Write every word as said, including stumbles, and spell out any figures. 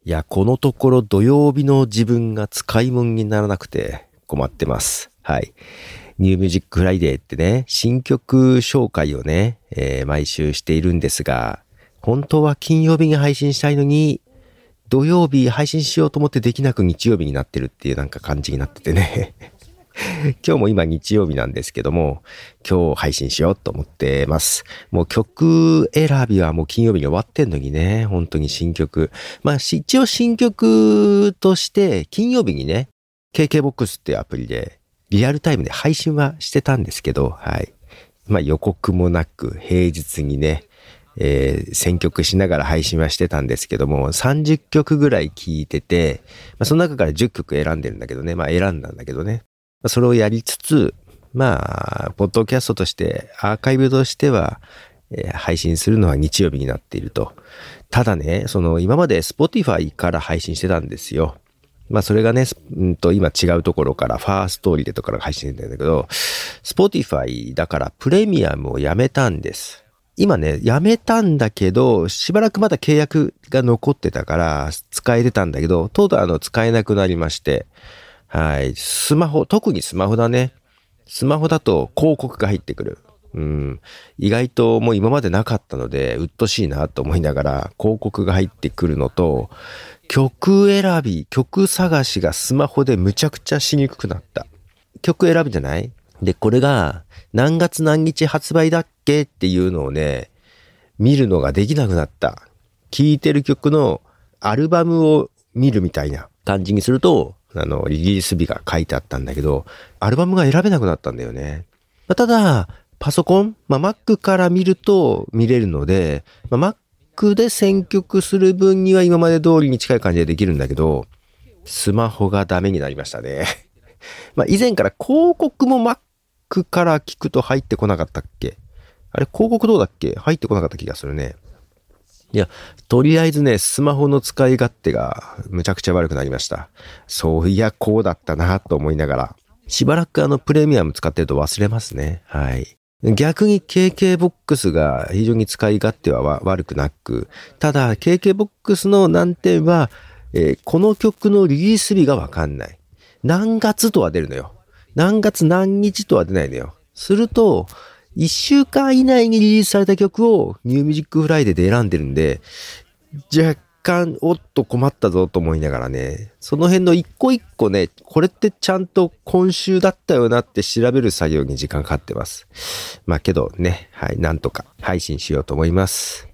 いや、このところ土曜日の自分が使い物にならなくて困ってます。はい。ニューミュージックフライデーってね、新曲紹介をね、えー、毎週しているんですが、本当は金曜日に配信したいのに、土曜日配信しようと思ってできなく日曜日になってるっていうなんか感じになっててね。今日も今日曜日なんですけども、今日配信しようと思ってます。もう曲選びはもう金曜日に終わってんのにね、本当に新曲。まあ一応新曲として金曜日にね、ケーケー ボックスっていうアプリでリアルタイムで配信はしてたんですけど、はい。まあ予告もなく平日にね、えー、選曲しながら配信はしてたんですけども、さんじゅっきょくぐらい聴いてて、まあその中からじゅっきょく選んでるんだけどね、まあ選んだんだけどね。それをやりつつ、まあ、ポッドキャストとして、アーカイブとしては、えー、配信するのは日曜日になっていると。ただね、その今まで Spotify から配信してたんですよ。まあそれがね、うんと今違うところから、ファーストーリーでとかから配信してるんだけど、Spotify だからプレミアムをやめたんです。今ね、やめたんだけど、しばらくまだ契約が残ってたから使えてたんだけど、とうとうあの使えなくなりまして、はい。スマホ、特にスマホだね。スマホだと広告が入ってくる。うん。意外ともう今までなかったので、うっとしいなと思いながら広告が入ってくるのと、曲選び、曲探しがスマホでむちゃくちゃしにくくなった。曲選ぶじゃない？で、これが何月何日発売だっけっていうのをね、見るのができなくなった。聴いてる曲のアルバムを見るみたいな感じにすると、あの、リリース日が書いてあったんだけど、アルバムが選べなくなったんだよね。まあ、ただ、パソコン、まあ、Mac から見ると見れるので、まあ、Mac で選曲する分には今まで通りに近い感じでできるんだけど、スマホがダメになりましたね。まあ、以前から広告も Mac から聞くと入ってこなかったっけ？あれ、広告どうだっけ？入ってこなかった気がするね。いや、とりあえずね、スマホの使い勝手がむちゃくちゃ悪くなりました。そういや、こうだったなと思いながら、しばらくあのプレミアム使ってると忘れますね。はい。逆に ケーケー ボックスが非常に使い勝手は悪くなく、ただ ケーケー ボックスの難点は、えー、この曲のリリース日がわかんない。何月とは出るのよ。何月何日とは出ないのよ。すると、一週間以内にリリースされた曲をニューミュージックフライデーで選んでるんで、若干、おっと困ったぞと思いながらね、その辺の一個一個ね、これってちゃんと今週だったよなって調べる作業に時間かかってます。まあけどね、はい、なんとか配信しようと思います。